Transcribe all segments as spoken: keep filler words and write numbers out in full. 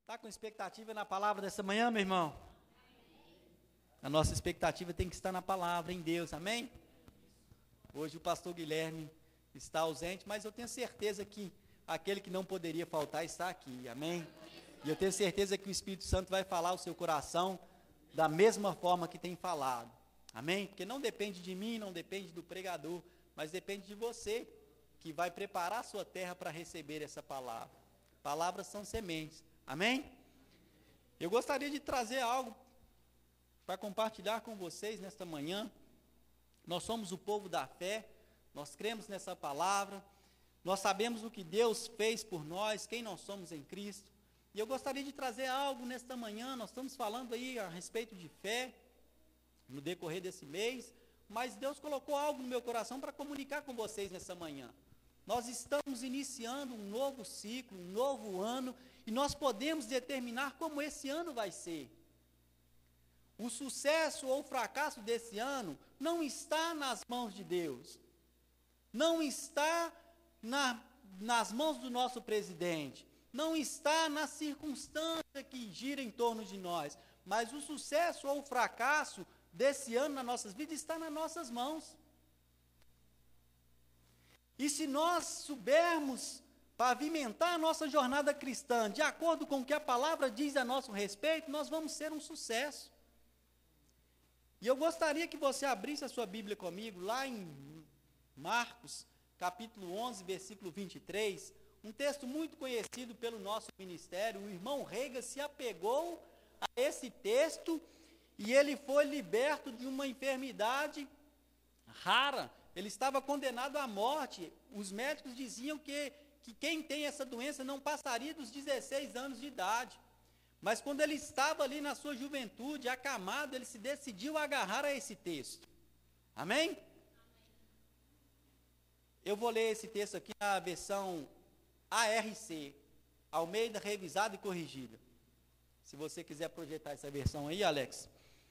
Está com expectativa na palavra dessa manhã, meu irmão? A nossa expectativa tem que estar na palavra, em Deus, amém? Hoje o pastor Guilherme está ausente, mas eu tenho certeza que aquele que não poderia faltar está aqui, amém? E eu tenho certeza que o Espírito Santo vai falar ao seu coração da mesma forma que tem falado, amém? Porque não depende de mim, não depende do pregador, mas depende de você, que vai preparar a sua terra para receber essa palavra. Palavras são sementes, amém? Eu gostaria de trazer algo para compartilhar com vocês nesta manhã. Nós somos o povo da fé, nós cremos nessa palavra, nós sabemos o que Deus fez por nós, quem nós somos em Cristo, e eu gostaria de trazer algo nesta manhã. Nós estamos falando aí a respeito de fé, no decorrer desse mês, mas Deus colocou algo no meu coração para comunicar com vocês nessa manhã. Nós estamos iniciando um novo ciclo, um novo ano, e nós podemos determinar como esse ano vai ser. O sucesso ou o fracasso desse ano não está nas mãos de Deus, não está na, nas mãos do nosso presidente, não está na circunstância que gira em torno de nós, mas o sucesso ou o fracasso desse ano nas nossas vidas está nas nossas mãos. E se nós soubermos pavimentar a nossa jornada cristã de acordo com o que a palavra diz a nosso respeito, nós vamos ser um sucesso. E eu gostaria que você abrisse a sua Bíblia comigo, lá em Marcos, capítulo onze, versículo vinte e três, um texto muito conhecido pelo nosso ministério. O irmão Rega se apegou a esse texto e ele foi liberto de uma enfermidade rara. Ele estava condenado à morte. Os médicos diziam que, que quem tem essa doença não passaria dos dezesseis anos de idade. Mas quando ele estava ali na sua juventude, acamado, ele se decidiu a agarrar a esse texto. Amém? Amém? Eu vou ler esse texto aqui na versão A R C, Almeida Revisada e Corrigida. Se você quiser projetar essa versão aí, Alex.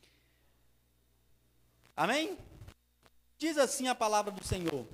Amém? Diz assim a palavra do Senhor.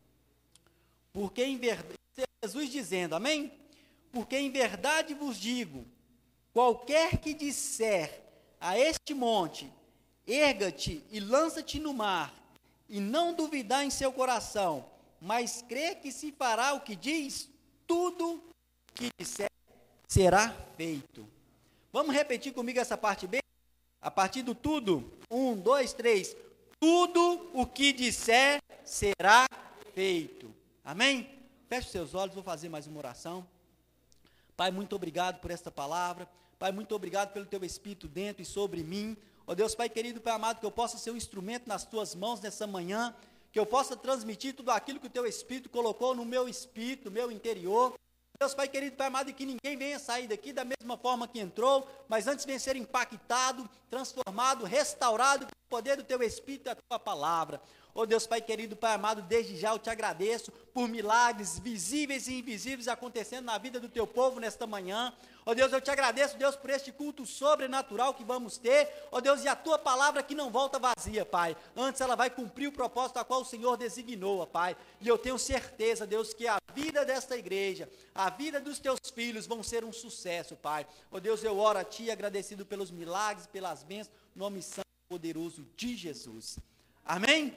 Porque em verdade, Jesus dizendo, amém? Porque em verdade vos digo, qualquer que disser a este monte, erga-te e lança-te no mar, e não duvidar em seu coração, mas crê que se fará o que diz, tudo que disser será feito. Vamos repetir comigo essa parte bem? A partir do tudo, um, dois, três, tudo o que disser será feito. Amém? Feche os seus olhos, vou fazer mais uma oração. Pai, muito obrigado por esta palavra. Pai, muito obrigado pelo teu Espírito dentro e sobre mim. Ó Deus, Pai querido, Pai amado, que eu possa ser um instrumento nas tuas mãos nessa manhã, que eu possa transmitir tudo aquilo que o teu Espírito colocou no meu espírito, no meu interior. Deus, Pai querido, Pai amado, e que ninguém venha sair daqui da mesma forma que entrou, mas antes venha ser impactado, transformado, restaurado pelo poder do teu Espírito e da tua palavra. Ó Deus, Pai querido, Pai amado, desde já eu te agradeço por milagres visíveis e invisíveis acontecendo na vida do teu povo nesta manhã. Ó Deus, eu te agradeço, Deus, por este culto sobrenatural que vamos ter. Ó Deus, e a tua palavra que não volta vazia, Pai. Antes ela vai cumprir o propósito a qual o Senhor designou, ó Pai. E eu tenho certeza, Deus, que a vida desta igreja, a vida dos teus filhos vão ser um sucesso, Pai. Ó Deus, eu oro a ti, agradecido pelos milagres, pelas bênçãos, no nome santo e poderoso de Jesus. Amém?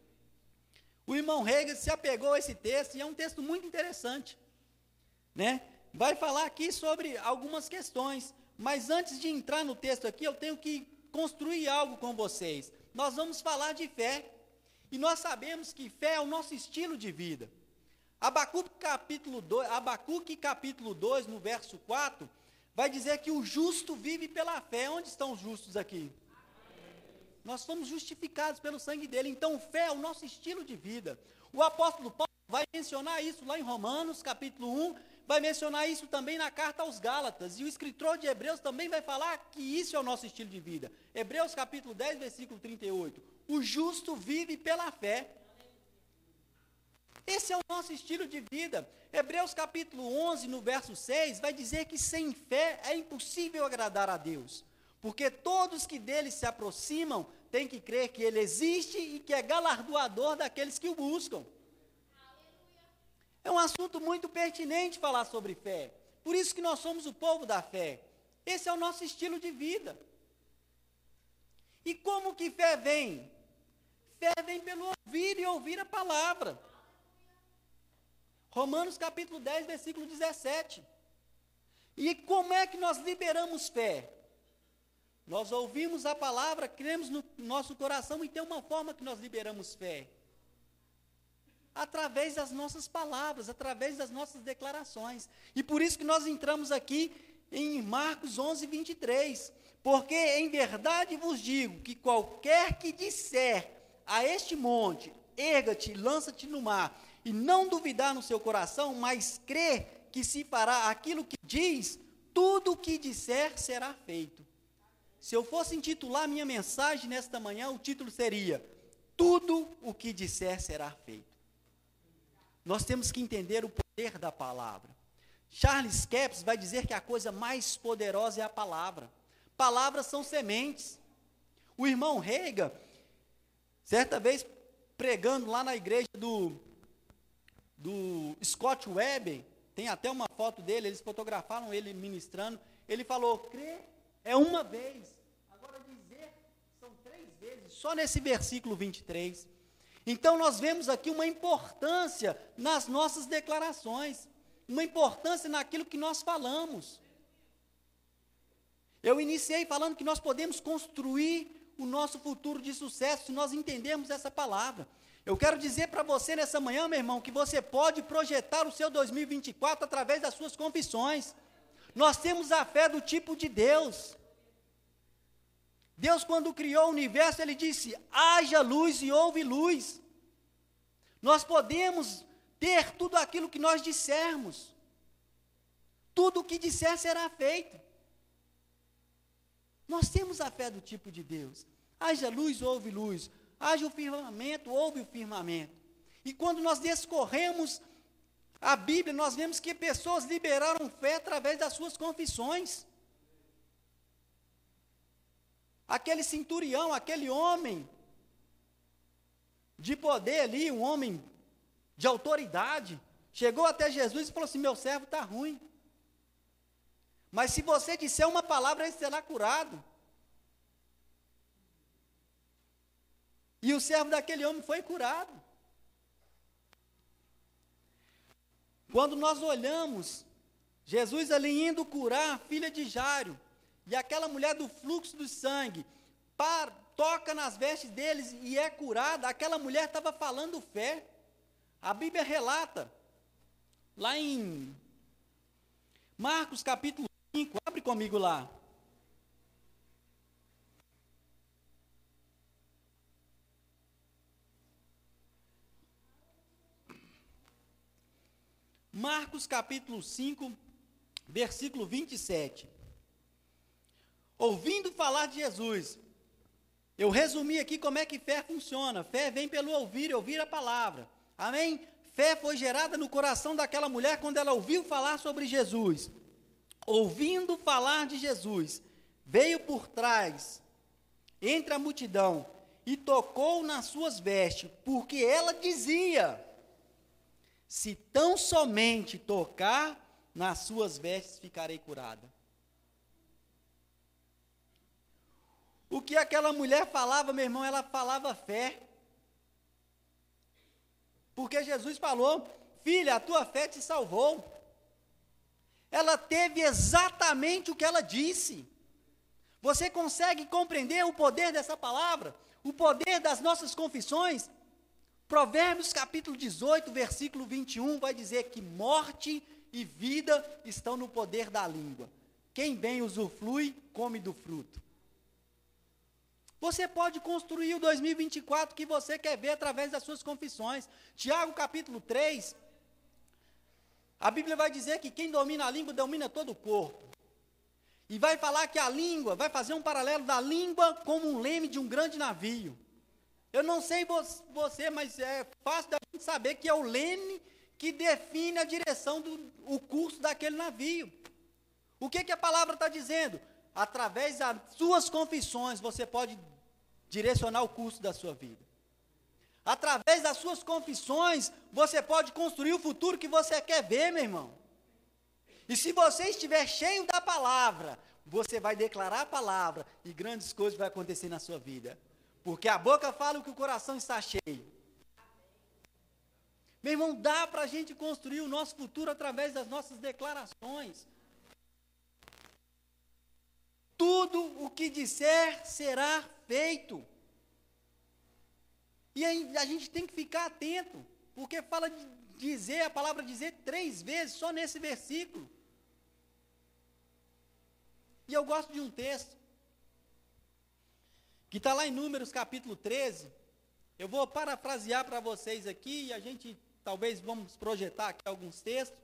O irmão Rega se apegou a esse texto, e é um texto muito interessante, né? Vai falar aqui sobre algumas questões, mas antes de entrar no texto aqui, eu tenho que construir algo com vocês. Nós vamos falar de fé, e nós sabemos que fé é o nosso estilo de vida. Abacuque capítulo dois, Abacuque capítulo dois, no verso quatro, vai dizer que o justo vive pela fé. Onde estão os justos aqui? Nós fomos justificados pelo sangue dele, então fé é o nosso estilo de vida. O apóstolo Paulo vai mencionar isso lá em Romanos, capítulo um, vai mencionar isso também na carta aos Gálatas, e o escritor de Hebreus também vai falar que isso é o nosso estilo de vida. Hebreus capítulo dez, versículo trinta e oito, o justo vive pela fé. Esse é o nosso estilo de vida. Hebreus capítulo onze, no verso seis, vai dizer que sem fé é impossível agradar a Deus, porque todos que dele se aproximam têm que crer que ele existe e que é galardoador daqueles que o buscam. É um assunto muito pertinente falar sobre fé, Por isso que nós somos o povo da fé. Esse é o nosso estilo de vida. E como que fé vem? Fé vem pelo ouvir e ouvir a palavra. Romanos capítulo dez, versículo dezessete. E como é que nós liberamos fé? Nós ouvimos a palavra, cremos no nosso coração e tem uma forma que nós liberamos fé. Através das nossas palavras, através das nossas declarações. E por isso que nós entramos aqui em Marcos onze, vinte e três. Porque em verdade vos digo que qualquer que disser a este monte, erga-te, lança-te no mar, e não duvidar no seu coração, mas crer que se fará aquilo que diz, tudo o que disser será feito. Se eu fosse intitular minha mensagem nesta manhã, o título seria: tudo o que disser será feito. Nós temos que entender o poder da palavra. Charles Capps vai dizer que a coisa mais poderosa é a palavra. Palavras são sementes. O irmão Reiga, certa vez pregando lá na igreja do, do Scott Webber, tem até uma foto dele, eles fotografaram ele ministrando, ele falou: crer é uma vez, agora dizer são três vezes, só nesse versículo vinte e três. Então nós vemos aqui uma importância nas nossas declarações, uma importância naquilo que nós falamos. Eu iniciei falando que nós podemos construir o nosso futuro de sucesso se nós entendermos essa palavra. Eu quero dizer para você nessa manhã, meu irmão, que você pode projetar o seu dois mil e vinte e quatro através das suas confissões. Nós temos a fé do tipo de Deus. Deus, quando criou o universo, Ele disse: haja luz e houve luz. Nós podemos ter tudo aquilo que nós dissermos. Tudo o que disser será feito. Nós temos a fé do tipo de Deus. Haja luz, houve luz. Haja o firmamento, houve o firmamento. E quando nós descorremos a Bíblia, nós vemos que pessoas liberaram fé através das suas confissões. Aquele centurião, aquele homem de poder ali, um homem de autoridade, chegou até Jesus e falou assim: meu servo está ruim. Mas se você disser uma palavra, ele será curado. E o servo daquele homem foi curado. Quando nós olhamos, Jesus ali indo curar a filha de Jairo, e aquela mulher do fluxo do sangue, para, toca nas vestes deles e é curada, aquela mulher estava falando fé. A Bíblia relata, lá em Marcos capítulo cinco, abre comigo lá. Marcos capítulo cinco, versículo vinte e sete. Ouvindo falar de Jesus, eu resumi aqui como é que fé funciona. Fé vem pelo ouvir, ouvir a palavra. Amém? Fé foi gerada no coração daquela mulher quando ela ouviu falar sobre Jesus. Ouvindo falar de Jesus, veio por trás, entre a multidão, e tocou nas suas vestes, porque ela dizia: se tão somente tocar nas suas vestes, ficarei curada. O que aquela mulher falava, meu irmão, ela falava fé. Porque Jesus falou: filha, a tua fé te salvou. Ela teve exatamente o que ela disse. Você consegue compreender o poder dessa palavra? O poder das nossas confissões? Provérbios capítulo dezoito, versículo vinte e um, vai dizer que morte e vida estão no poder da língua. Quem bem usufrui, come do fruto. Você pode construir o dois mil e vinte e quatro que você quer ver através das suas confissões. Tiago capítulo três, a Bíblia vai dizer que quem domina a língua domina todo o corpo. E vai falar que a língua, vai fazer um paralelo da língua como um leme de um grande navio. Eu não sei você, mas é fácil da gente saber que é o leme que define a direção do o curso daquele navio. O que, que a palavra está dizendo? Através das suas confissões, você pode direcionar o curso da sua vida. Através das suas confissões, você pode construir o futuro que você quer ver, meu irmão. E se você estiver cheio da palavra, você vai declarar a palavra e grandes coisas vão acontecer na sua vida. Porque a boca fala o que o coração está cheio. Meu irmão, dá para a gente construir o nosso futuro através das nossas declarações. Tudo o que disser será feito. E aí a gente tem que ficar atento, porque fala de dizer, a palavra dizer três vezes, só nesse versículo. E eu gosto de um texto, que está lá em Números capítulo treze, eu vou parafrasear para vocês aqui, e a gente talvez vamos projetar aqui alguns textos,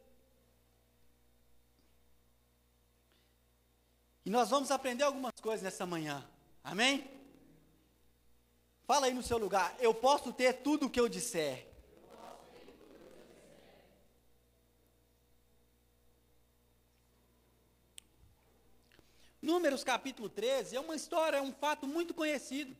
e nós vamos aprender algumas coisas nessa manhã, amém? Fala aí no seu lugar, eu posso ter tudo o que eu disser. Números capítulo treze é uma história, é um fato muito conhecido.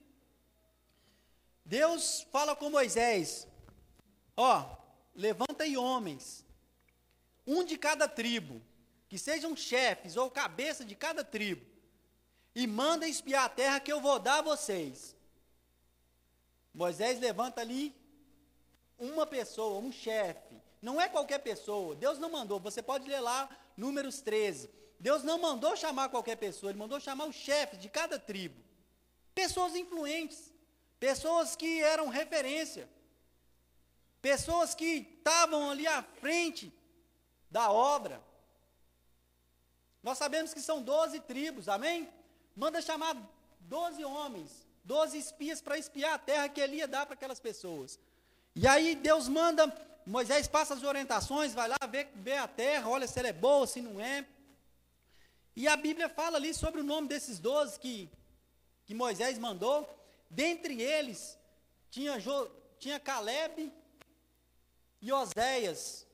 Deus fala com Moisés, ó, levanta aí homens, um de cada tribo, que sejam chefes ou cabeça de cada tribo, e manda espiar a terra que eu vou dar a vocês. Moisés levanta ali uma pessoa, um chefe, não é qualquer pessoa, Deus não mandou, você pode ler lá Números treze, Deus não mandou chamar qualquer pessoa, Ele mandou chamar os chefes de cada tribo, pessoas influentes, pessoas que eram referência, pessoas que estavam ali à frente da obra. Nós sabemos que são doze tribos, amém? Manda chamar doze homens, doze espias para espiar a terra que ele ia dar para aquelas pessoas. E aí Deus manda, Moisés passa as orientações, vai lá ver, ver a terra, olha se ela é boa, se não é. E a Bíblia fala ali sobre o nome desses doze que, que Moisés mandou. Dentre eles, tinha, jo, tinha Caleb e Oséias.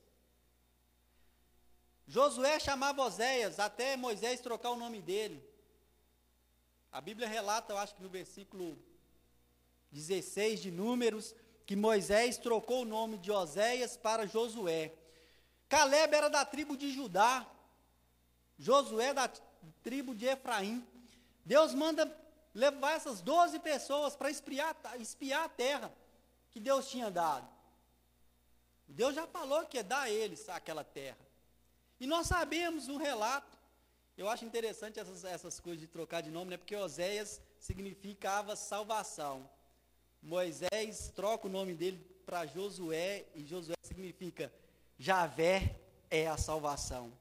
Josué chamava Oséias, até Moisés trocar o nome dele. A Bíblia relata, eu acho que no versículo dezesseis de Números, que Moisés trocou o nome de Oséias para Josué. Caleb era da tribo de Judá, Josué da tribo de Efraim. Deus manda levar essas doze pessoas para espiar, espiar a terra que Deus tinha dado. Deus já falou que ia dar a eles aquela terra. E nós sabemos o relato. Eu acho interessante essas, essas coisas de trocar de nome, né? Porque Oséias significava salvação. Moisés troca o nome dele para Josué, e Josué significa Javé é a salvação.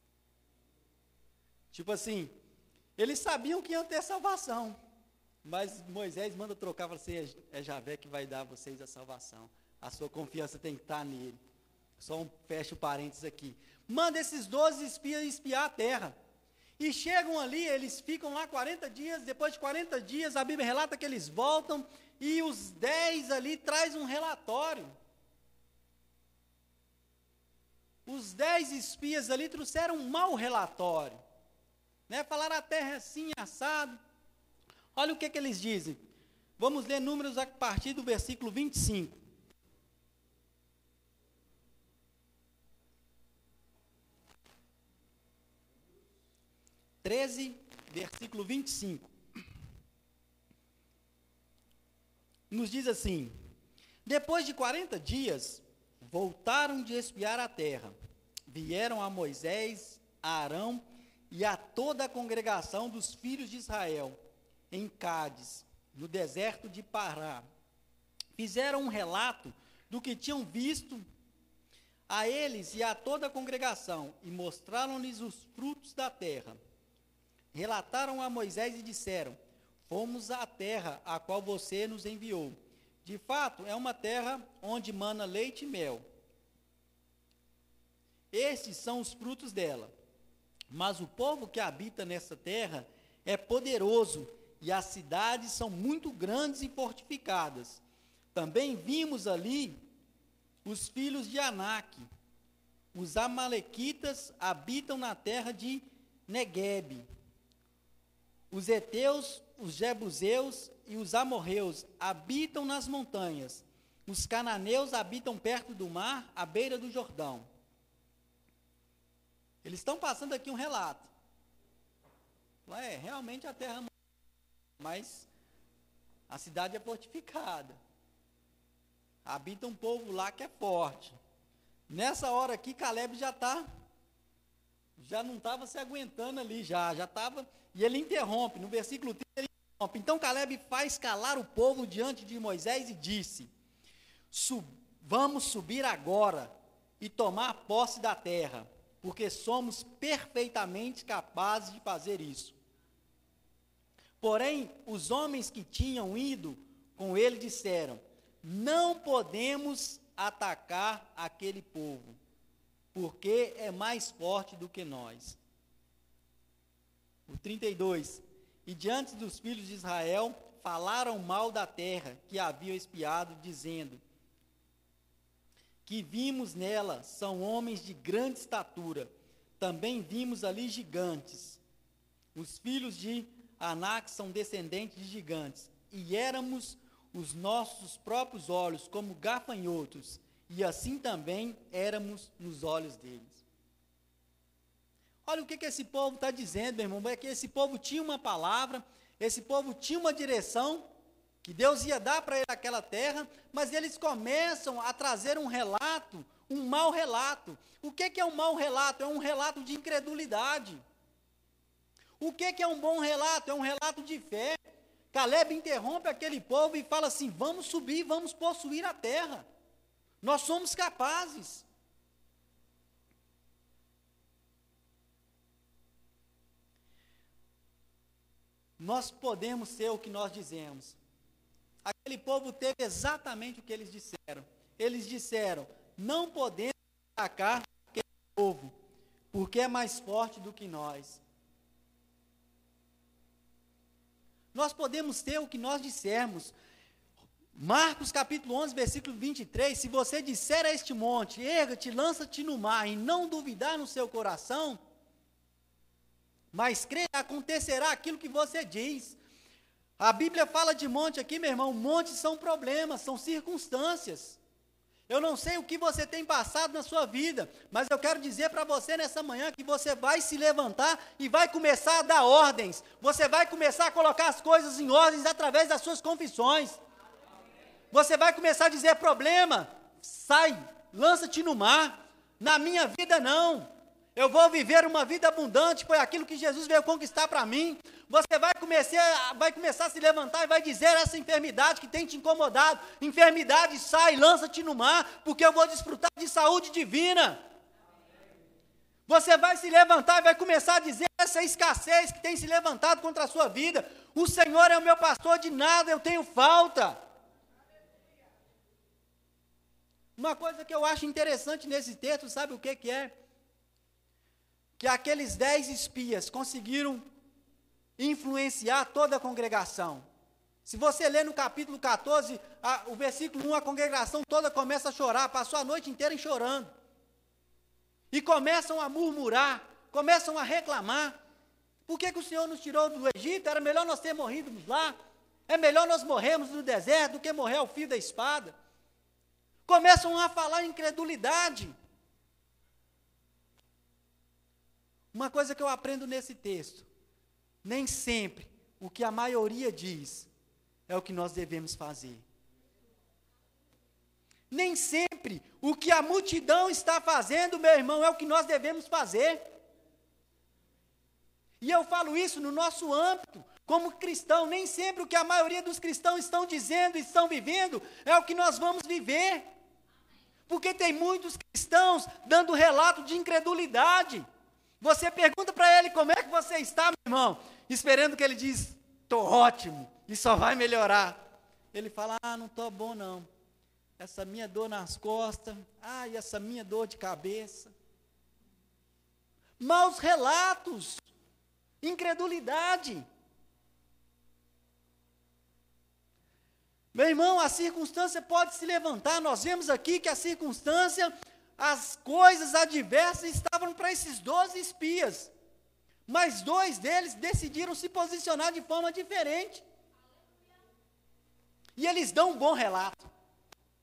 Tipo assim, eles sabiam que iam ter salvação, mas Moisés manda trocar, fala assim, é Javé que vai dar a vocês a salvação. A sua confiança tem que estar nele. Só um fecha o parênteses aqui. Manda esses doze espias espiar a terra. E chegam ali, eles ficam lá quarenta dias, depois de quarenta dias, a Bíblia relata que eles voltam, e os dez ali traz um relatório. Os dez espias ali trouxeram um mau relatório. Né? Falaram a terra é assim, assado. Olha o que, que eles dizem. Vamos ler Números a partir do versículo vinte e cinco. treze, versículo vinte e cinco. Nos diz assim: depois de quarenta dias, voltaram de espiar a terra. Vieram a Moisés, a Arão e a toda a congregação dos filhos de Israel, em Cádiz, no deserto de Pará. Fizeram um relato do que tinham visto a eles e a toda a congregação, e mostraram-lhes os frutos da terra. Relataram a Moisés e disseram: fomos à terra a qual você nos enviou. De fato, é uma terra onde mana leite e mel. Estes são os frutos dela. Mas o povo que habita nessa terra é poderoso, e as cidades são muito grandes e fortificadas. Também vimos ali os filhos de Anak. Os amalequitas habitam na terra de Neguebe. Os heteus, os jebuseus e os amorreus habitam nas montanhas. Os cananeus habitam perto do mar, à beira do Jordão. Eles estão passando aqui um relato. É, realmente a terra, mas a cidade é fortificada. Habita um povo lá que é forte. Nessa hora aqui, Caleb já está, já não estava se aguentando ali, já, já estava, e ele interrompe, no versículo trinta ele interrompe. Então Caleb faz calar o povo diante de Moisés e disse: Sub, vamos subir agora e tomar posse da terra, porque somos perfeitamente capazes de fazer isso. Porém, os homens que tinham ido com ele disseram: não podemos atacar aquele povo, porque é mais forte do que nós. O trinta e dois, e diante dos filhos de Israel, falaram mal da terra que haviam espiado, dizendo: que vimos nela são homens de grande estatura, também vimos ali gigantes. Os filhos de Anak são descendentes de gigantes, e éramos os nossos próprios olhos como gafanhotos, e assim também éramos nos olhos deles. Olha o que, que esse povo está dizendo, meu irmão, é que esse povo tinha uma palavra, esse povo tinha uma direção, que Deus ia dar para ele aquela terra, mas eles começam a trazer um relato, um mau relato. O que, que é um mau relato? É um relato de incredulidade. O que, que é um bom relato? É um relato de fé. Caleb interrompe aquele povo e fala assim: vamos subir, vamos possuir a terra. Nós somos capazes. Nós podemos ser o que nós dizemos. Aquele povo teve exatamente o que eles disseram. Eles disseram: não podemos atacar aquele povo, porque é mais forte do que nós. Nós podemos ter o que nós dissermos. Marcos capítulo onze, versículo vinte e três, se você disser a este monte, erga-te, lança-te no mar, e não duvidar no seu coração, mas crer, acontecerá aquilo que você diz. A Bíblia fala de monte aqui, meu irmão, montes são problemas, são circunstâncias. Eu não sei o que você tem passado na sua vida, mas eu quero dizer para você nessa manhã que você vai se levantar e vai começar a dar ordens. Você vai começar a colocar as coisas em ordens através das suas confissões. Você vai começar a dizer: problema, sai, lança-te no mar. Na minha vida não. Eu vou viver uma vida abundante, foi aquilo que Jesus veio conquistar para mim. Você vai começar, vai começar a se levantar e vai dizer a essa enfermidade que tem te incomodado: enfermidade, sai, lança-te no mar, porque eu vou desfrutar de saúde divina. Você vai se levantar e vai começar a dizer essa escassez que tem se levantado contra a sua vida: o Senhor é o meu pastor, de nada eu tenho falta. Uma coisa que eu acho interessante nesse texto, sabe o que que é? Que aqueles dez espias conseguiram influenciar toda a congregação. Se você ler no capítulo quatorze, a, o versículo um, a congregação toda começa a chorar, passou a noite inteira chorando. E começam a murmurar, começam a reclamar. Por que que o Senhor nos tirou do Egito? Era melhor nós ter morrido lá. É melhor nós morrermos no deserto do que morrer ao fio da espada. Começam a falar incredulidade. Uma coisa que eu aprendo nesse texto: nem sempre o que a maioria diz é o que nós devemos fazer. Nem sempre o que a multidão está fazendo, meu irmão, é o que nós devemos fazer. E eu falo isso no nosso âmbito, como cristão. Nem sempre o que a maioria dos cristãos estão dizendo e estão vivendo é o que nós vamos viver. Porque tem muitos cristãos dando relato de incredulidade. Você pergunta para ele: como é que você está, meu irmão? Esperando que ele diz: estou ótimo, e só vai melhorar. Ele fala: ah, não estou bom não. Essa minha dor nas costas, ah, e essa minha dor de cabeça. Maus relatos, incredulidade. Meu irmão, a circunstância pode se levantar. Nós vemos aqui que a circunstância, as coisas adversas estavam para esses doze espias. Mas dois deles decidiram se posicionar de forma diferente. E eles dão um bom relato.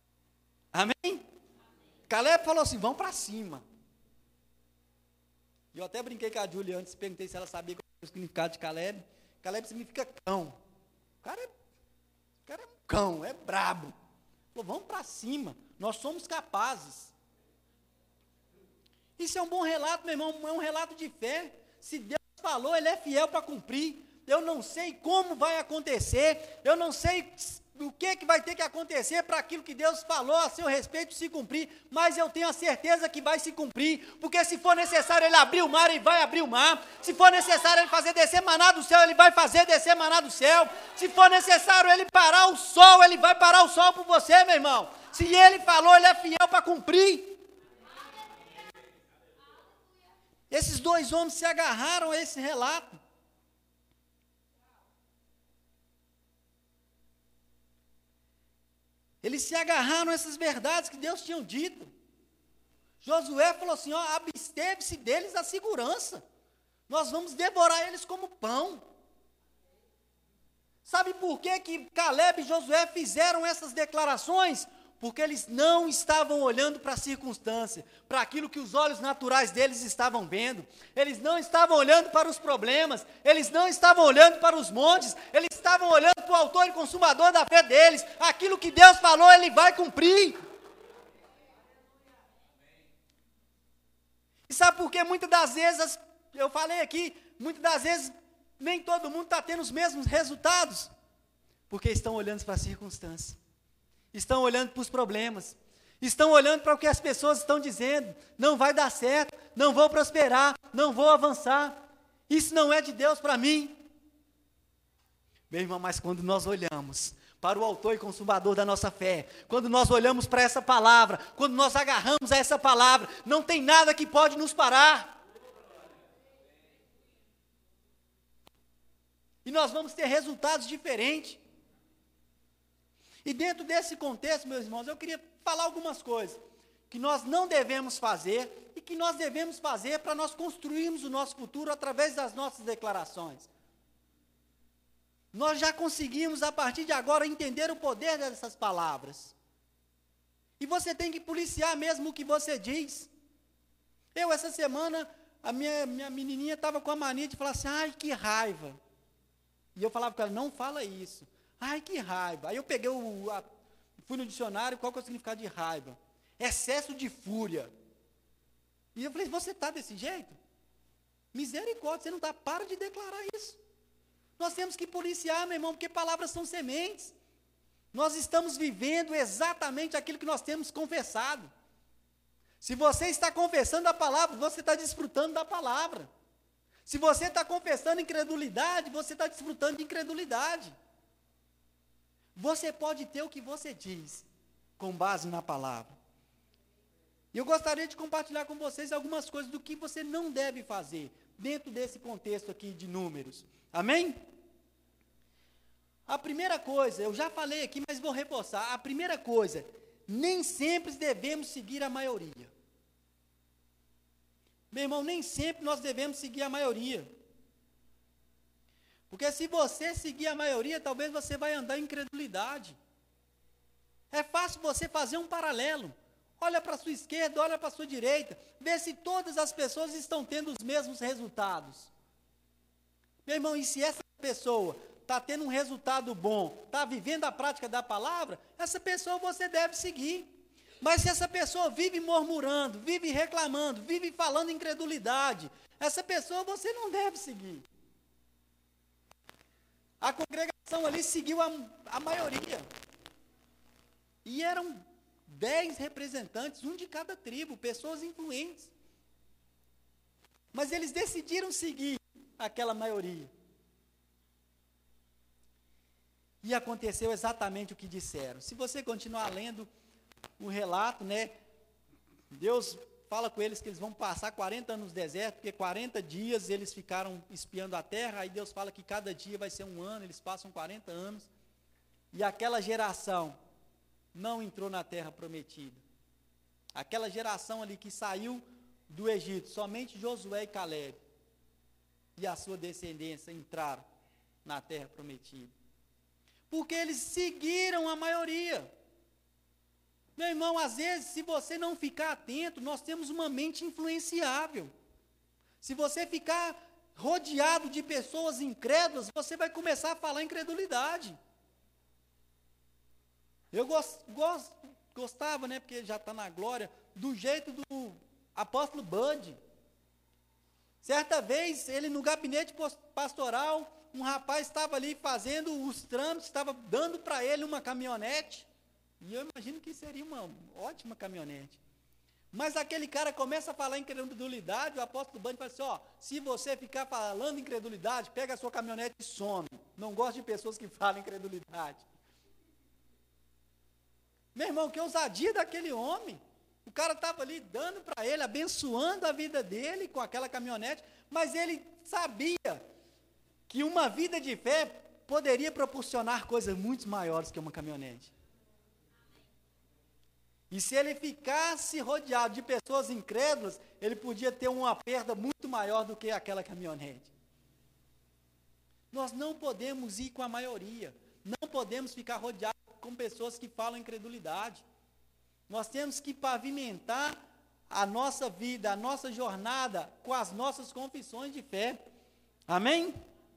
Amém? Caleb falou assim: vamos para cima. E eu até brinquei com a Júlia antes, perguntei se ela sabia qual é o significado de Caleb. Caleb significa cão. O cara é, o cara é um cão, é brabo. Falou, vamos para cima, nós somos capazes. Isso é um bom relato, meu irmão, é um relato de fé. Se Deus falou, Ele é fiel para cumprir. Eu não sei como vai acontecer, eu não sei o que, que vai ter que acontecer para aquilo que Deus falou a seu respeito se cumprir, mas eu tenho a certeza que vai se cumprir, porque se for necessário Ele abrir o mar, Ele vai abrir o mar. Se for necessário Ele fazer descer maná do céu, Ele vai fazer descer maná do céu. Se for necessário Ele parar o sol, Ele vai parar o sol por você, meu irmão. Se Ele falou, Ele é fiel para cumprir. Esses dois homens se agarraram a esse relato. Eles se agarraram a essas verdades que Deus tinha dito. Josué falou assim, ó, absteve-se deles a segurança. Nós vamos devorar eles como pão. Sabe por que que Caleb e Josué fizeram essas declarações? Porque eles não estavam olhando para a circunstância, para aquilo que os olhos naturais deles estavam vendo. Eles não estavam olhando para os problemas, eles não estavam olhando para os montes, eles estavam olhando para o autor e consumador da fé deles. Aquilo que Deus falou, Ele vai cumprir. E sabe por que muitas das vezes, eu falei aqui, muitas das vezes nem todo mundo está tendo os mesmos resultados? Porque estão olhando para a circunstância. Estão olhando para os problemas, estão olhando para o que as pessoas estão dizendo, não vai dar certo, não vou prosperar, não vou avançar, isso não é de Deus para mim. Meu irmão, mas quando nós olhamos para o autor e consumador da nossa fé, quando nós olhamos para essa palavra, quando nós agarramos a essa palavra, não tem nada que pode nos parar. E nós vamos ter resultados diferentes. E dentro desse contexto, meus irmãos, eu queria falar algumas coisas que nós não devemos fazer e que nós devemos fazer para nós construirmos o nosso futuro através das nossas declarações. Nós já conseguimos, a partir de agora, entender o poder dessas palavras. E você tem que policiar mesmo o que você diz. Eu, essa semana, a minha, minha menininha estava com a mania de falar assim, ai, que raiva. E eu falava com ela, não fala isso. Ai, que raiva. Aí eu peguei o, a, fui no dicionário, qual que é o significado de raiva? Excesso de fúria. E eu falei, você está desse jeito? Misericórdia, você não está, para de declarar isso. Nós temos que policiar, meu irmão, porque palavras são sementes. Nós estamos vivendo exatamente aquilo que nós temos confessado. Se você está confessando a palavra, você está desfrutando da palavra. Se você está confessando incredulidade, você está desfrutando de incredulidade. Você pode ter o que você diz, com base na palavra. E eu gostaria de compartilhar com vocês algumas coisas do que você não deve fazer, dentro desse contexto aqui de números. Amém? A primeira coisa, eu já falei aqui, mas vou reforçar. A primeira coisa, nem sempre devemos seguir a maioria. Meu irmão, nem sempre nós devemos seguir a maioria. Porque se você seguir a maioria, talvez você vai andar em incredulidade. É fácil você fazer um paralelo. Olha para a sua esquerda, olha para a sua direita, vê se todas as pessoas estão tendo os mesmos resultados. Meu irmão, e se essa pessoa está tendo um resultado bom, está vivendo a prática da palavra, essa pessoa você deve seguir. Mas se essa pessoa vive murmurando, vive reclamando, vive falando incredulidade, essa pessoa você não deve seguir. A congregação ali seguiu a, a maioria. E eram dez representantes, um de cada tribo, pessoas influentes. Mas eles decidiram seguir aquela maioria. E aconteceu exatamente o que disseram. Se você continuar lendo o relato, né, Deus fala com eles que eles vão passar quarenta anos no deserto, porque quarenta dias eles ficaram espiando a terra, aí Deus fala que cada dia vai ser um ano, eles passam quarenta anos, e aquela geração não entrou na terra prometida. Aquela geração ali que saiu do Egito, somente Josué e Caleb, e a sua descendência entraram na terra prometida. Porque eles seguiram a maioria. Meu irmão, às vezes, se você não ficar atento, nós temos uma mente influenciável. Se você ficar rodeado de pessoas incrédulas, você vai começar a falar incredulidade. Eu gost, gost, gostava, né, porque já está na glória, do jeito do apóstolo Bud. Certa vez, ele no gabinete pastoral, um rapaz estava ali fazendo os trâmites, estava dando para ele uma caminhonete, e eu imagino que seria uma ótima caminhonete. Mas aquele cara começa a falar incredulidade, o apóstolo Bud fala assim, ó, se você ficar falando incredulidade, pega a sua caminhonete e some. Não gosto de pessoas que falam incredulidade. Meu irmão, que ousadia daquele homem. O cara estava ali dando para ele, abençoando a vida dele com aquela caminhonete, mas ele sabia que uma vida de fé poderia proporcionar coisas muito maiores que uma caminhonete. E se ele ficasse rodeado de pessoas incrédulas, ele podia ter uma perda muito maior do que aquela caminhonete. Nós não podemos ir com a maioria, não podemos ficar rodeados com pessoas que falam incredulidade. Nós temos que pavimentar a nossa vida, a nossa jornada com as nossas confissões de fé. Amém?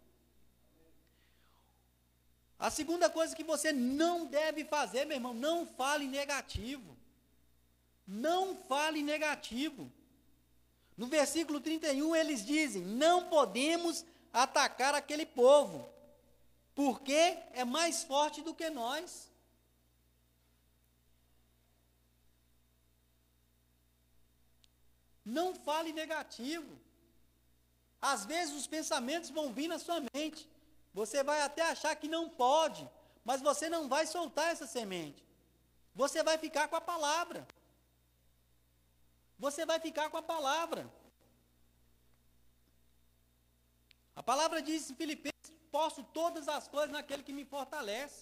A segunda coisa que você não deve fazer, meu irmão, não fale negativo. Não fale negativo. No versículo trinta e um, eles dizem, não podemos atacar aquele povo, porque é mais forte do que nós. Não fale negativo. Às vezes os pensamentos vão vir na sua mente. Você vai até achar que não pode, mas você não vai soltar essa semente. Você vai ficar com a palavra. Você vai ficar com a palavra. A palavra diz em Filipenses, posso todas as coisas naquele que me fortalece.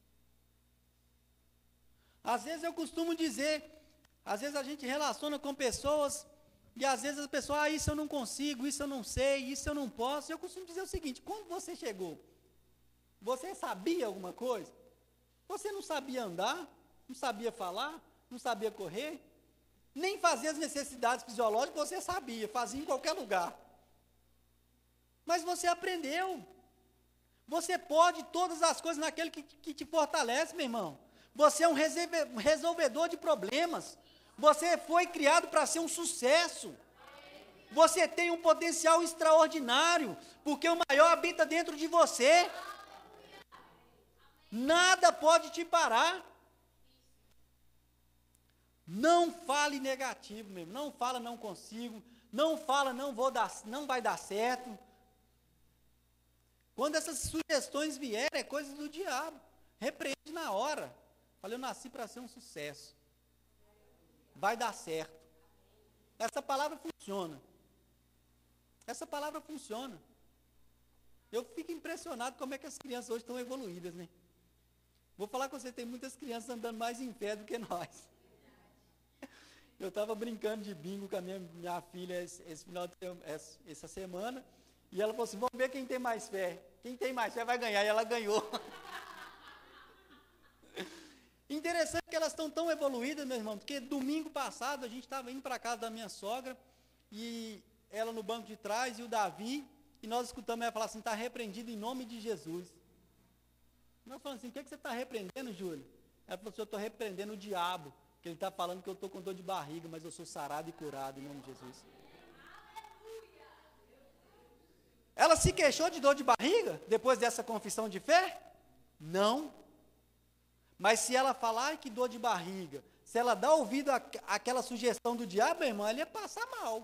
Às vezes eu costumo dizer, às vezes a gente relaciona com pessoas, e às vezes as pessoas, ah, isso eu não consigo, isso eu não sei, isso eu não posso. Eu costumo dizer o seguinte, quando você chegou, você sabia alguma coisa? Você não sabia andar, não sabia falar, não sabia correr, nem fazer as necessidades fisiológicas você sabia, fazia em qualquer lugar. Mas você aprendeu. Você pode todas as coisas naquele que, que te fortalece, meu irmão. Você é um resolvedor de problemas. Você foi criado para ser um sucesso. Você tem um potencial extraordinário, porque o maior habita dentro de você. Nada pode te parar. Não fale negativo mesmo. Não fala não consigo. Não fala não vou dar, não vai dar certo. Quando essas sugestões vierem, é coisa do diabo. Repreende na hora. Fala, eu nasci para ser um sucesso. Vai dar certo. Essa palavra funciona. Essa palavra funciona. Eu fico impressionado como é que as crianças hoje estão evoluídas, né? Vou falar com você, tem muitas crianças andando mais em fé do que nós. Eu estava brincando de bingo com a minha, minha filha esse, esse final de, essa, essa semana, e ela falou assim, vamos ver quem tem mais fé. Quem tem mais fé vai ganhar, e ela ganhou. Interessante que elas estão tão evoluídas, meu irmão, porque domingo passado a gente estava indo para a casa da minha sogra, e ela no banco de trás, e o Davi, e nós escutamos ela falar assim, está repreendido em nome de Jesus. Nós falamos assim, o que, é que você está repreendendo, Júlio? Ela falou assim, eu estou repreendendo o diabo, que ele está falando que eu estou com dor de barriga, mas eu sou sarado e curado em nome de Jesus. Ela se queixou de dor de barriga, depois dessa confissão de fé? Não. Mas se ela falar, ai, que dor de barriga, se ela dá ouvido à, àquela sugestão do diabo, meu irmão, ela ia passar mal.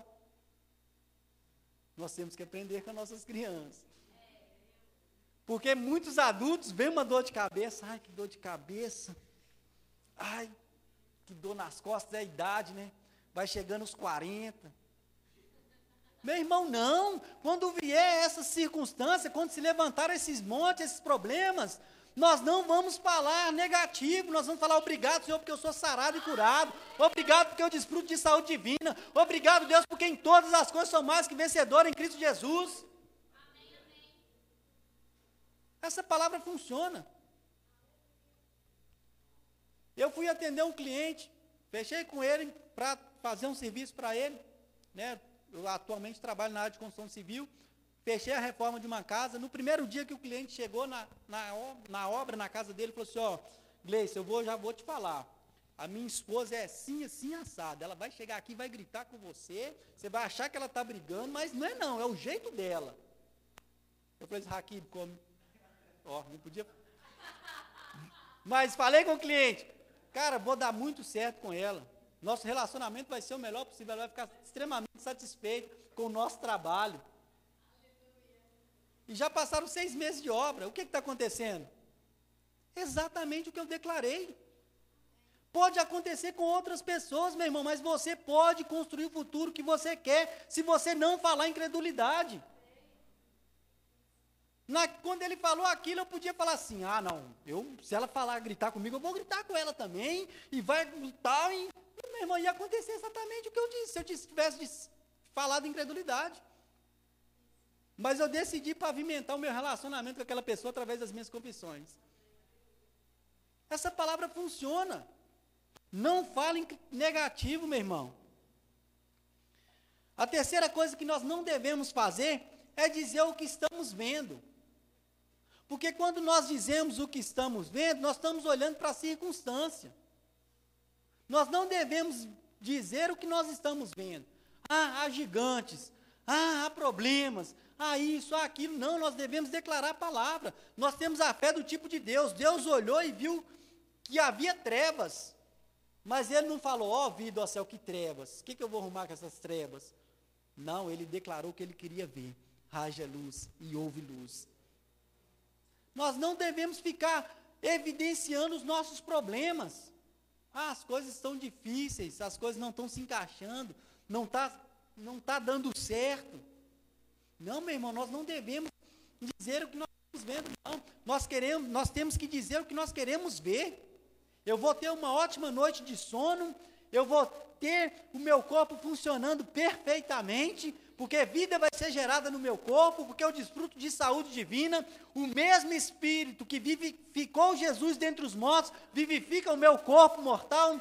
Nós temos que aprender com as nossas crianças. Porque muitos adultos veem uma dor de cabeça, ai, que dor de cabeça, ai, que dor nas costas, é a idade, né? Vai chegando aos quarenta. Meu irmão, não. Quando vier essa circunstância, quando se levantar esses montes, esses problemas, nós não vamos falar negativo, nós vamos falar obrigado, Senhor, porque eu sou sarado e curado, obrigado porque eu desfruto de saúde divina, obrigado, Deus, porque em todas as coisas sou mais que vencedor em Cristo Jesus. Amém, amém. Essa palavra funciona. Eu fui atender um cliente, fechei com ele para fazer um serviço para ele, né? eu atualmente trabalho na área de construção civil, fechei a reforma de uma casa, no primeiro dia que o cliente chegou na, na, na obra, na casa dele, falou assim, ó, Gleice, eu vou, já vou te falar, a minha esposa é assim, assim, assada, ela vai chegar aqui e vai gritar com você, você vai achar que ela está brigando, mas não é não, é o jeito dela. Eu falei, Raquel, come, ó, não podia, mas falei com o cliente, cara, vou dar muito certo com ela, nosso relacionamento vai ser o melhor possível, ela vai ficar extremamente satisfeita com o nosso trabalho. E já passaram seis meses de obra, o que está acontecendo? Exatamente o que eu declarei. Pode acontecer com outras pessoas, meu irmão, mas você pode construir o futuro que você quer, se você não falar incredulidade. Na, quando ele falou aquilo, eu podia falar assim, ah, não, eu, se ela falar, gritar comigo, eu vou gritar com ela também, e vai gritar, e, e meu irmão, ia acontecer exatamente o que eu disse, se eu tivesse falado incredulidade. Mas eu decidi pavimentar o meu relacionamento com aquela pessoa através das minhas confissões. Essa palavra funciona. Não fale negativo, meu irmão. A terceira coisa que nós não devemos fazer é dizer o que estamos vendo. Porque quando nós dizemos o que estamos vendo, nós estamos olhando para a circunstância. Nós não devemos dizer o que nós estamos vendo. Ah, há gigantes. Ah, há problemas. Ah, isso, ah, aquilo. Não, nós devemos declarar a palavra. Nós temos a fé do tipo de Deus. Deus olhou e viu que havia trevas. Mas ele não falou, ó, oh, vida, ó céu, que trevas. O que, que eu vou arrumar com essas trevas? Não, ele declarou que ele queria ver. Haja luz e houve luz. Nós não devemos ficar evidenciando os nossos problemas. Ah, as coisas estão difíceis, as coisas não estão se encaixando, não está não tá dando certo. Não, meu irmão, nós não devemos dizer o que nós estamos vendo, não. Nós, queremos, nós temos que dizer o que nós queremos ver. Eu vou ter uma ótima noite de sono, eu vou ter o meu corpo funcionando perfeitamente, porque vida vai ser gerada no meu corpo, porque eu desfruto de saúde divina, o mesmo Espírito que vivificou Jesus dentre os mortos, vivifica o meu corpo mortal.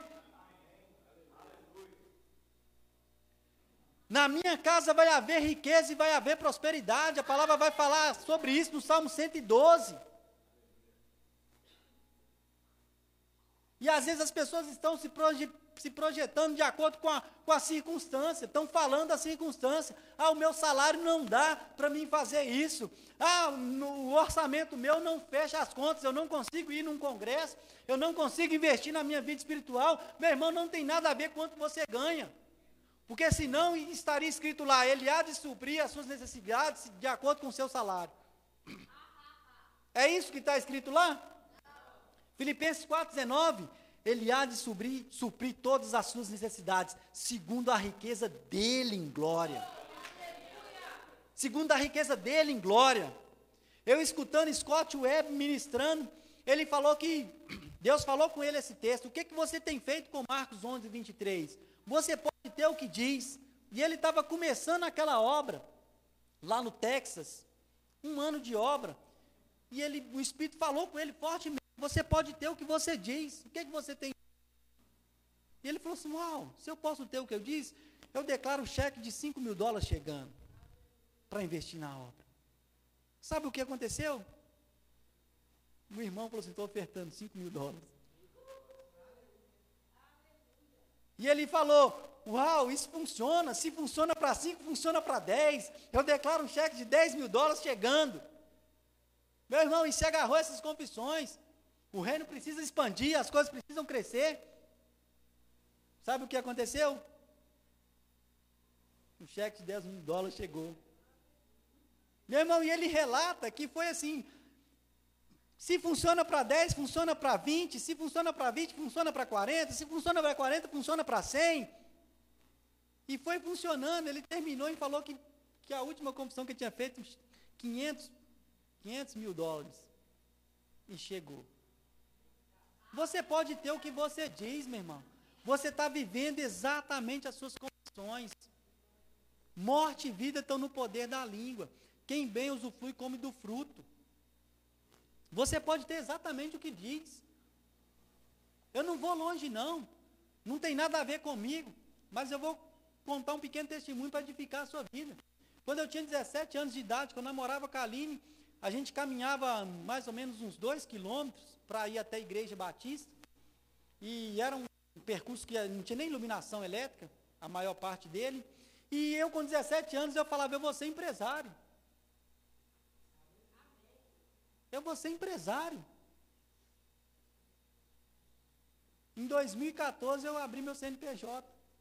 Na minha casa vai haver riqueza e vai haver prosperidade, a palavra vai falar sobre isso no Salmo cento e doze. E às vezes as pessoas estão se, proje, se projetando de acordo com a, com a circunstância, estão falando da circunstância. Ah, o meu salário não dá para mim fazer isso. Ah, no, o orçamento meu não fecha as contas, eu não consigo ir num congresso, eu não consigo investir na minha vida espiritual. Meu irmão, não tem nada a ver com quanto você ganha. Porque senão estaria escrito lá, ele há de suprir as suas necessidades de acordo com o seu salário. É isso que está escrito lá? Filipenses quatro, dezenove, ele há de suprir, suprir todas as suas necessidades, segundo a riqueza dele em glória. Segundo a riqueza dele em glória. Eu escutando Scott Webb ministrando, ele falou que, Deus falou com ele esse texto, o que, que você tem feito com Marcos onze, vinte e três? Você pode ter o que diz. E ele estava começando aquela obra, lá no Texas, um ano de obra, e ele, o Espírito falou com ele fortemente, você pode ter o que você diz, o que, que você tem? E ele falou assim, uau, se eu posso ter o que eu disse, eu declaro um cheque de cinco mil dólares chegando, para investir na obra. Sabe o que aconteceu? O irmão falou assim, estou ofertando cinco mil dólares. E ele falou, uau, isso funciona, se funciona para cinco, funciona para dez, eu declaro um cheque de dez mil dólares chegando. Meu irmão, e se agarrou a essas confissões, o reino precisa expandir, as coisas precisam crescer. Sabe o que aconteceu? Um cheque de dez mil dólares chegou. Meu irmão, e ele relata que foi assim, se funciona para dez, funciona para vinte, se funciona para vinte, funciona para quarenta, se funciona para quarenta, funciona para cem. E foi funcionando, ele terminou e falou que, que a última confissão que ele tinha feito, quinhentos mil dólares. E chegou. Você pode ter o que você diz, meu irmão. Você está vivendo exatamente as suas confissões. Morte e vida estão no poder da língua. Quem bem usufrui come do fruto. Você pode ter exatamente o que diz. Eu não vou longe, não. Não tem nada a ver comigo. Mas eu vou contar um pequeno testemunho para edificar a sua vida. Quando eu tinha dezessete anos de idade, quando eu namorava com a Aline, a gente caminhava mais ou menos uns dois quilômetros para ir até a Igreja Batista, e era um percurso que não tinha nem iluminação elétrica, a maior parte dele, e eu com dezessete anos, eu falava, eu vou ser empresário. Eu vou ser empresário. Em dois mil e quatorze, eu abri meu C N P J.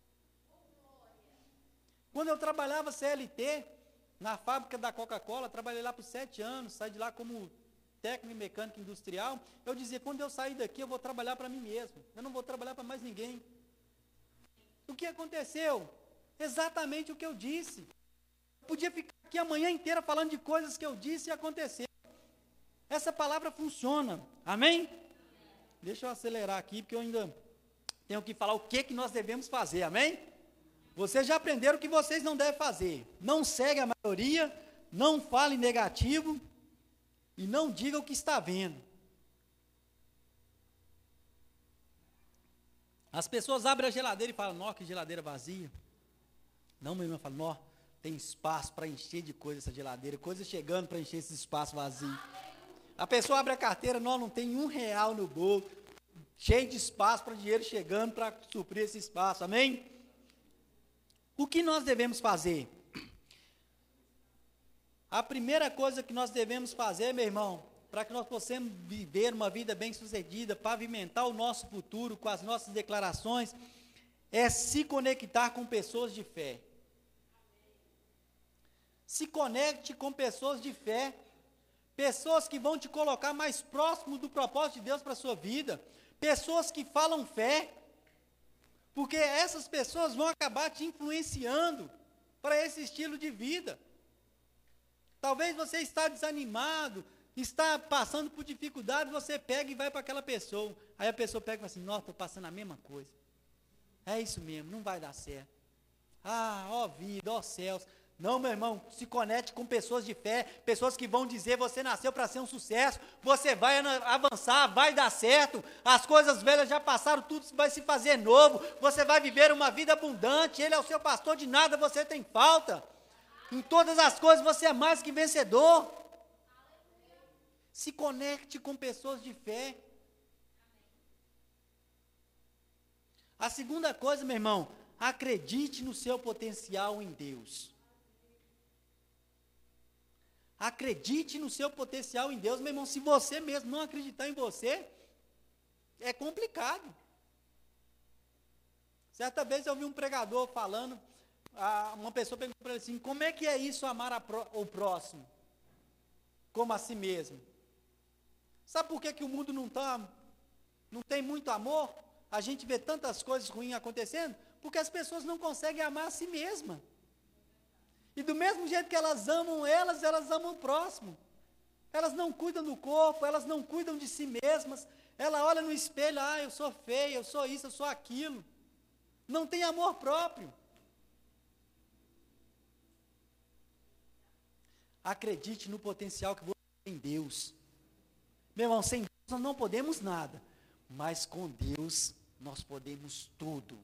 Quando eu trabalhava C L T, na fábrica da Coca-Cola, trabalhei lá por sete anos, saí de lá como técnico em mecânica industrial, eu dizia, quando eu sair daqui, eu vou trabalhar para mim mesmo, eu não vou trabalhar para mais ninguém. O que aconteceu? Exatamente o que eu disse. Eu podia ficar aqui a manhã inteira falando de coisas que eu disse e aconteceu. Essa palavra funciona, amém? Deixa eu acelerar aqui, porque eu ainda tenho que falar o que, que nós devemos fazer, amém? Vocês já aprenderam o que vocês não devem fazer. Não segue a maioria, não fale negativo e não diga o que está vendo. As pessoas abrem a geladeira e falam, nó, que geladeira vazia. Não, meu irmão, fala, nó, tem espaço para encher de coisa essa geladeira, coisa chegando para encher esse espaço vazio. A pessoa abre a carteira, nó, não tem um real no bolso, cheio de espaço para dinheiro chegando para suprir esse espaço, amém? O que nós devemos fazer? A primeira coisa que nós devemos fazer, meu irmão, para que nós possamos viver uma vida bem-sucedida, pavimentar o nosso futuro com as nossas declarações, é se conectar com pessoas de fé. Se conecte com pessoas de fé, pessoas que vão te colocar mais próximo do propósito de Deus para a sua vida, pessoas que falam fé, porque essas pessoas vão acabar te influenciando para esse estilo de vida. Talvez você está desanimado, está passando por dificuldade, você pega e vai para aquela pessoa. Aí a pessoa pega e fala assim, nossa, estou passando a mesma coisa. É isso mesmo, não vai dar certo. Ah, ó vida, ó céus. Não, meu irmão, se conecte com pessoas de fé, pessoas que vão dizer, você nasceu para ser um sucesso, você vai avançar, vai dar certo, as coisas velhas já passaram, tudo vai se fazer novo, você vai viver uma vida abundante, Ele é o seu pastor, de nada você tem falta, em todas as coisas você é mais que vencedor. Se conecte com pessoas de fé. A segunda coisa, meu irmão, acredite no seu potencial em Deus. Acredite no seu potencial em Deus, meu irmão. Se você mesmo não acreditar em você, é complicado. Certa vez eu vi um pregador falando, uma pessoa perguntou para ele assim, como é que é isso amar a pro, o próximo? Como a si mesmo? Sabe por que, que o mundo não, tá, não tem muito amor? A gente vê tantas coisas ruins acontecendo, porque as pessoas não conseguem amar a si mesmas. E do mesmo jeito que elas amam elas, elas amam o próximo. Elas não cuidam do corpo, elas não cuidam de si mesmas. Ela olha no espelho, ah, eu sou feia, eu sou isso, eu sou aquilo. Não tem amor próprio. Acredite no potencial que você tem em Deus. Meu irmão, sem Deus nós não podemos nada, mas com Deus nós podemos tudo.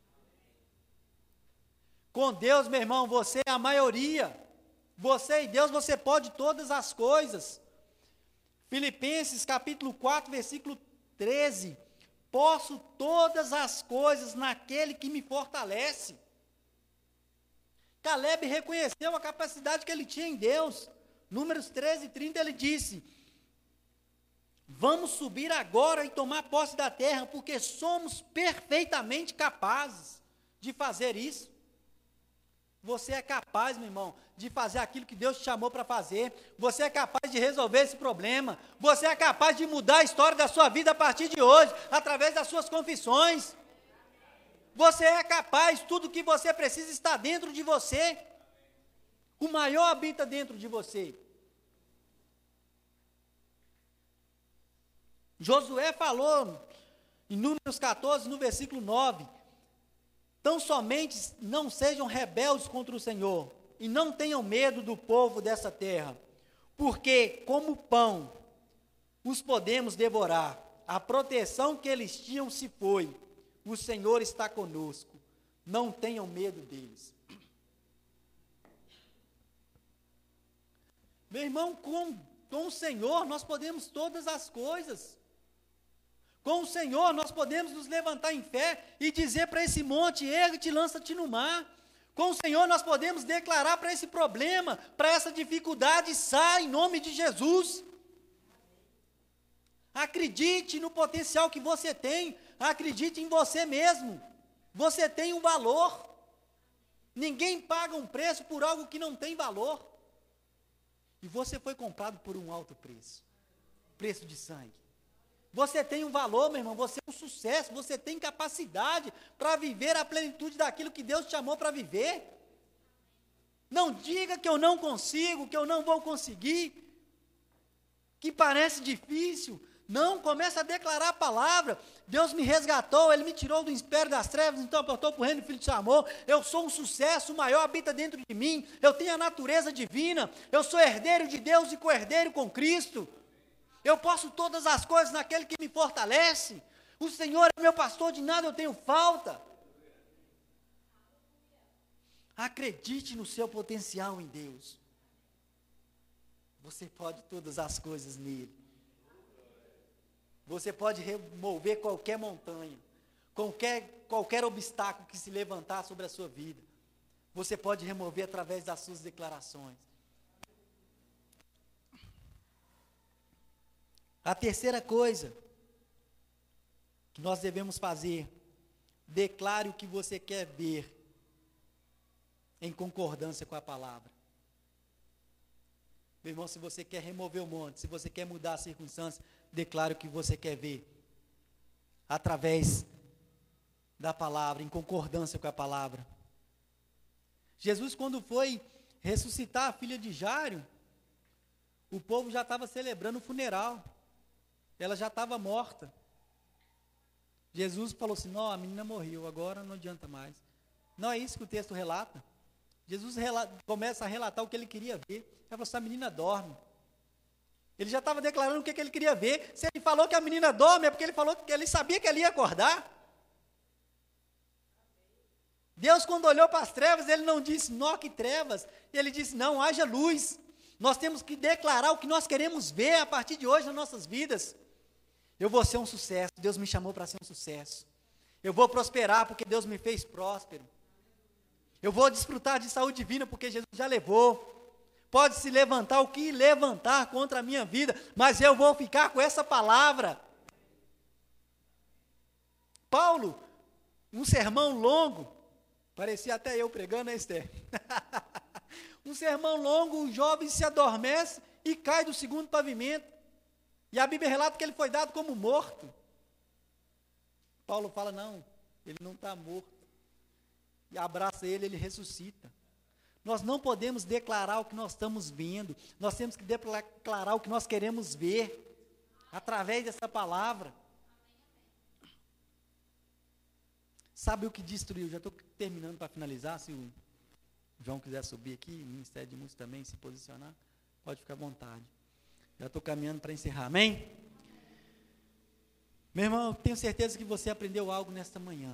Com Deus, meu irmão, você é a maioria. Você e Deus, você pode todas as coisas. Filipenses capítulo quatro, versículo treze. Posso todas as coisas naquele que me fortalece. Caleb reconheceu a capacidade que ele tinha em Deus. Números treze, trinta, ele disse, vamos subir agora e tomar posse da terra, porque somos perfeitamente capazes de fazer isso. Você é capaz, meu irmão, de fazer aquilo que Deus te chamou para fazer. Você é capaz de resolver esse problema. Você é capaz de mudar a história da sua vida a partir de hoje, através das suas confissões. Você é capaz, tudo que você precisa está dentro de você. O maior habita dentro de você. Josué falou, em Números catorze, no versículo nove, tão somente não sejam rebeldes contra o Senhor, e não tenham medo do povo dessa terra, porque como pão os podemos devorar, a proteção que eles tinham se foi, o Senhor está conosco, Não tenham medo deles. Meu irmão, com, com o Senhor nós podemos todas as coisas. Com o Senhor nós podemos nos levantar em fé e dizer para esse monte, ergue-te e lança-te no mar. Com o Senhor nós podemos declarar para esse problema, para essa dificuldade, sai em nome de Jesus. Acredite no potencial que você tem, acredite em você mesmo. Você tem um valor. Ninguém paga um preço por algo que não tem valor. E você foi comprado por um alto preço, preço de sangue. Você tem um valor, meu irmão, você é um sucesso, você tem capacidade para viver a plenitude daquilo que Deus te chamou para viver. Não diga que eu não consigo, que eu não vou conseguir, que parece difícil. Não, começa a declarar a palavra. Deus me resgatou, Ele me tirou do império das trevas, então aportou para o reino do Filho de seu amor. Eu sou um sucesso, o maior habita dentro de mim. Eu tenho a natureza divina, eu sou herdeiro de Deus e co-herdeiro com Cristo. Eu posso todas as coisas naquele que me fortalece. O Senhor é meu pastor, de nada eu tenho falta. Acredite no seu potencial em Deus. Você pode todas as coisas nele. Você pode remover qualquer montanha, qualquer, qualquer obstáculo que se levantar sobre a sua vida. Você pode remover através das suas declarações. A terceira coisa que nós devemos fazer, declare o que você quer ver em concordância com a palavra. Meu irmão, se você quer remover o monte, se você quer mudar a circunstância, declare o que você quer ver através da palavra, em concordância com a palavra. Jesus, quando foi ressuscitar a filha de Jairo, o povo já estava celebrando o funeral. Ela já estava morta. Jesus falou assim, não, a menina morreu, agora não adianta mais. Não é isso que o texto relata. Jesus relata, começa a relatar o que ele queria ver. Ele falou assim, a menina dorme. Ele já estava declarando o que, que ele queria ver. Se ele falou que a menina dorme, é porque ele falou que ele sabia que ela ia acordar. Deus, quando olhou para as trevas, ele não disse, nó que trevas. Ele disse, não, haja luz. Nós temos que declarar o que nós queremos ver a partir de hoje nas nossas vidas. Eu vou ser um sucesso, Deus me chamou para ser um sucesso. Eu vou prosperar porque Deus me fez próspero. Eu vou desfrutar de saúde divina porque Jesus já levou. Pode se levantar o que levantar contra a minha vida, mas eu vou ficar com essa palavra. Paulo, um sermão longo, parecia até eu pregando, né, Esther? Um sermão longo, o jovem se adormece e cai do segundo pavimento. E a Bíblia relata que ele foi dado como morto. Paulo fala, não, ele não está morto. E abraça ele, ele ressuscita. Nós não podemos declarar o que nós estamos vendo, nós temos que declarar o que nós queremos ver, através dessa palavra. Sabe o que destruiu? Já estou terminando para finalizar, se o João quiser subir aqui, o Ministério de Música também, se posicionar, pode ficar à vontade. Já estou caminhando para encerrar, amém? Meu irmão, eu tenho certeza que você aprendeu algo nesta manhã.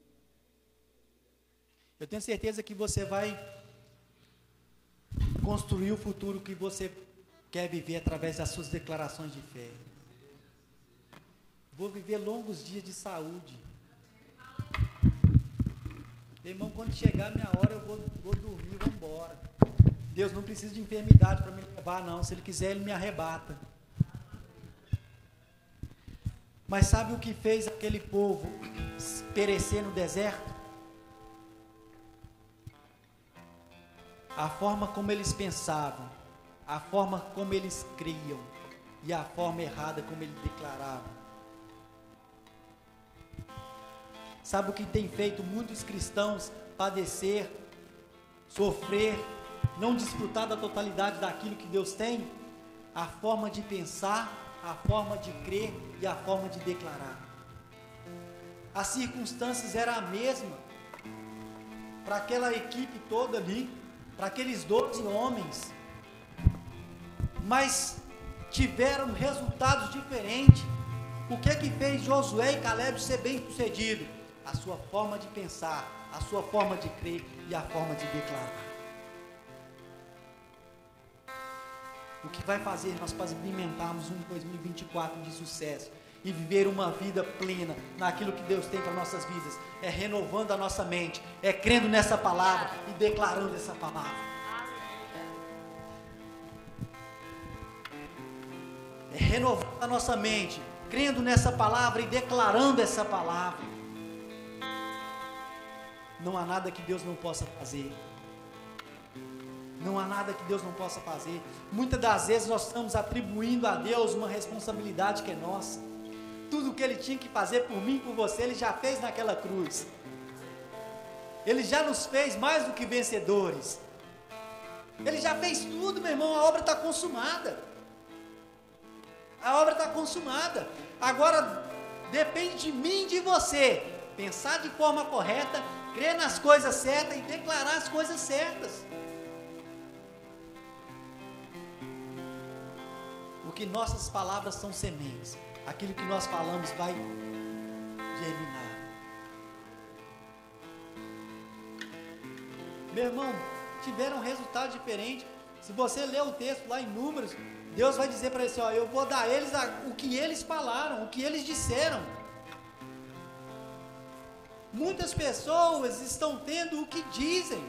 Eu tenho certeza que você vai construir o futuro que você quer viver através das suas declarações de fé. Vou viver longos dias de saúde. Meu irmão, quando chegar a minha hora, eu vou, vou dormir, vou embora. Deus não precisa de enfermidade para me levar, não. Se Ele quiser, Ele me arrebata. Mas sabe o que fez aquele povo perecer no deserto? A forma como eles pensavam, a forma como eles criam e a forma errada como eles declaravam. Sabe o que tem feito muitos cristãos padecer, sofrer, não desfrutar da totalidade daquilo que Deus tem? A forma de pensar, a forma de crer e a forma de declarar. As circunstâncias eram a mesma para aquela equipe toda ali, para aqueles doze homens, mas tiveram resultados diferentes. O que é que fez Josué e Caleb ser bem-sucedidos? A sua forma de pensar, a sua forma de crer e a forma de declarar. O que vai fazer nós pavimentarmos um dois mil e vinte e quatro de sucesso e viver uma vida plena naquilo que Deus tem para nossas vidas, é renovando a nossa mente, é crendo nessa palavra e declarando essa palavra. É renovando a nossa mente, crendo nessa palavra e declarando essa palavra. Não há nada que Deus não possa fazer. Não há nada que Deus não possa fazer. Muitas das vezes nós estamos atribuindo a Deus uma responsabilidade que é nossa. Tudo o que Ele tinha que fazer por mim e por você, Ele já fez naquela cruz. Ele já nos fez mais do que vencedores. Ele já fez tudo, meu irmão, a obra está consumada. A obra está consumada. Agora, depende de mim e de você pensar de forma correta, crer nas coisas certas e declarar as coisas certas. Porque nossas palavras são sementes. Aquilo que nós falamos vai germinar. Meu irmão, tiveram um resultado diferente. Se você ler o texto lá em Números, Deus vai dizer para eles assim, ó, eu vou dar a eles a, o que eles falaram, o que eles disseram. Muitas pessoas estão tendo o que dizem.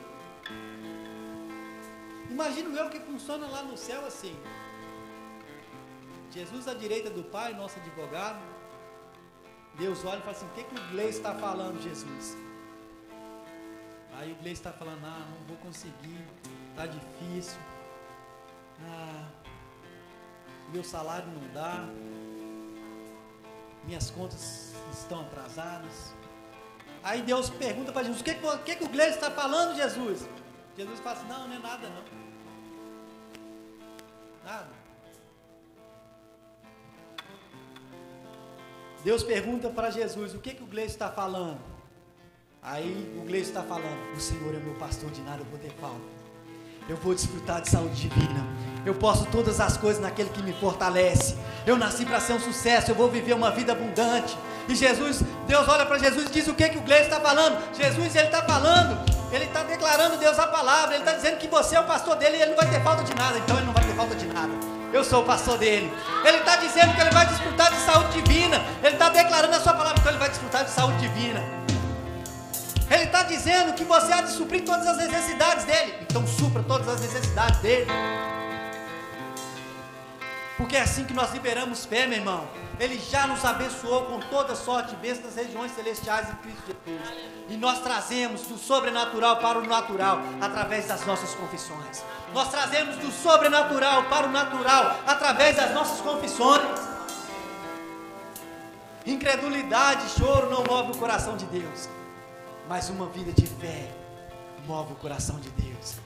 Imagino eu que funciona lá no céu assim. Jesus à direita do Pai, nosso advogado. Deus olha e fala assim, o que, que o Gleice está falando, Jesus? Aí o Gleice está falando, ah, não vou conseguir, está difícil. Ah, meu salário não dá, minhas contas estão atrasadas. Aí Deus pergunta para Jesus, o que, que, que o Gleice está falando, Jesus? Jesus fala assim, não, não é nada não. Nada. Deus pergunta para Jesus, o que, que o Gleice está falando? Aí o Gleice está falando, o Senhor é meu pastor, de nada eu vou ter falta. Eu vou desfrutar de saúde divina. Eu posso todas as coisas naquele que me fortalece. Eu nasci para ser um sucesso. Eu vou viver uma vida abundante. E Jesus, Deus olha para Jesus e diz o que, que o Gleice está falando. Jesus, ele está falando, ele está declarando Deus a palavra. Ele está dizendo que você é o pastor dele e ele não vai ter falta de nada. Então ele não vai ter falta de nada. Eu sou o pastor dele. Ele está dizendo que ele vai desfrutar de saúde divina. Ele está declarando a sua palavra, então ele vai desfrutar de saúde divina. Ele está dizendo que você há de suprir todas as necessidades dele. Então supra todas as necessidades dele. Porque é assim que nós liberamos fé, meu irmão. Ele já nos abençoou com toda sorte de bênçãos nas regiões celestiais em Cristo Jesus. E nós trazemos do sobrenatural para o natural através das nossas confissões. Nós trazemos do sobrenatural para o natural através das nossas confissões. Incredulidade, choro não move o coração de Deus. Mas uma vida de fé move o coração de Deus.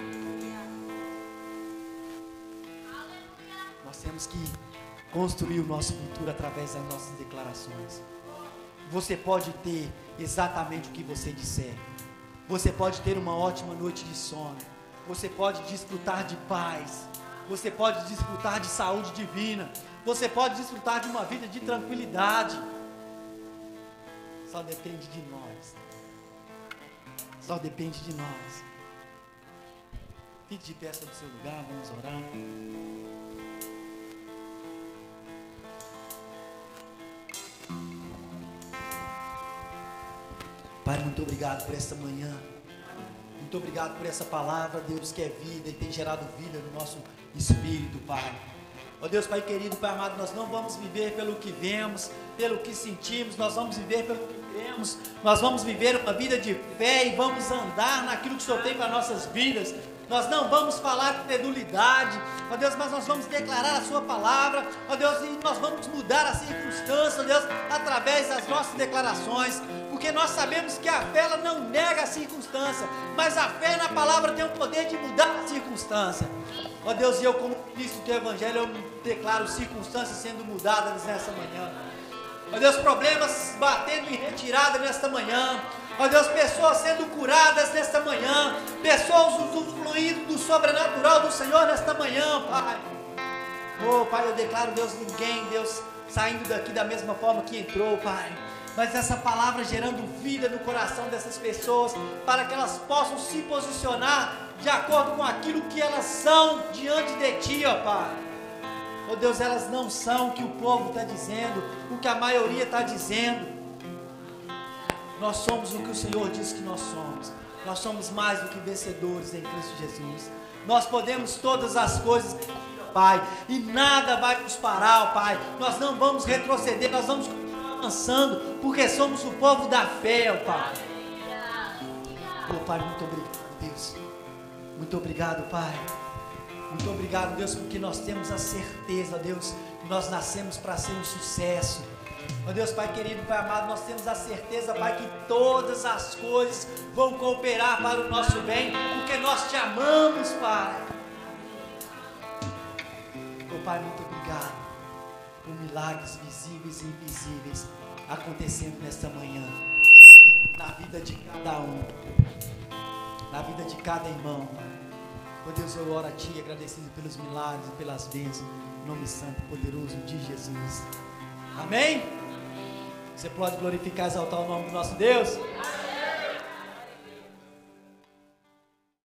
Nós temos que construir o nosso futuro através das nossas declarações. Você pode ter exatamente o que você disser. Você pode ter uma ótima noite de sono. Você pode desfrutar de paz. Você pode desfrutar de saúde divina. Você pode desfrutar de uma vida de tranquilidade. Só depende de nós. Só depende de nós. Fique de pé sobre o seu lugar, vamos orar. Pai, muito obrigado por essa manhã. Muito obrigado por essa palavra, Deus, que é vida e tem gerado vida no nosso espírito, Pai. Ó Deus, Pai querido, Pai amado, nós não vamos viver pelo que vemos, pelo que sentimos, nós vamos viver pelo que cremos, nós vamos viver uma vida de fé e vamos andar naquilo que o Senhor tem para nossas vidas. Nós não vamos falar de credulidade, ó Deus, mas nós vamos declarar a sua palavra, ó Deus, e nós vamos mudar a circunstância, ó Deus, através das nossas declarações, porque nós sabemos que a fé ela não nega a circunstância, mas a fé na palavra tem o poder de mudar a circunstância. Ó Deus, e eu como ministro do Evangelho, eu declaro circunstâncias sendo mudadas nessa manhã. Ó Deus, problemas batendo em retirada nesta manhã. Ó Deus, pessoas sendo curadas nesta manhã. Pessoas usufruindo do sobrenatural do Senhor nesta manhã, Pai. Oh, Pai, eu declaro, Deus, ninguém, Deus, saindo daqui da mesma forma que entrou, Pai. mas essa palavra gerando vida no coração dessas pessoas, para que elas possam se posicionar de acordo com aquilo que elas são diante de Ti, ó Pai. Ó Deus, elas não são o que o povo está dizendo, o que a maioria está dizendo. Nós somos o que o Senhor diz que nós somos. Nós somos mais do que vencedores em Cristo Jesus. Nós podemos todas as coisas, Pai, e nada vai nos parar, ó Pai. Nós não vamos retroceder, nós vamos continuar avançando, porque somos o povo da fé, ó Pai. Ó Pai, muito obrigado, Deus. Muito obrigado, Pai. Muito obrigado, Deus, porque nós temos a certeza, Deus, que nós nascemos para ser um sucesso. Ó Deus, Pai querido, Pai amado, nós temos a certeza, Pai, que todas as coisas vão cooperar para o nosso bem, porque nós Te amamos, Pai. Ó Pai, muito obrigado por milagres visíveis e invisíveis acontecendo nesta manhã, na vida de cada um, na vida de cada irmão, Pai. Ó Deus, eu oro a Ti, agradecido pelos milagres e pelas bênçãos, em nome santo e poderoso de Jesus. Amém? Você pode glorificar e exaltar o nome do nosso Deus?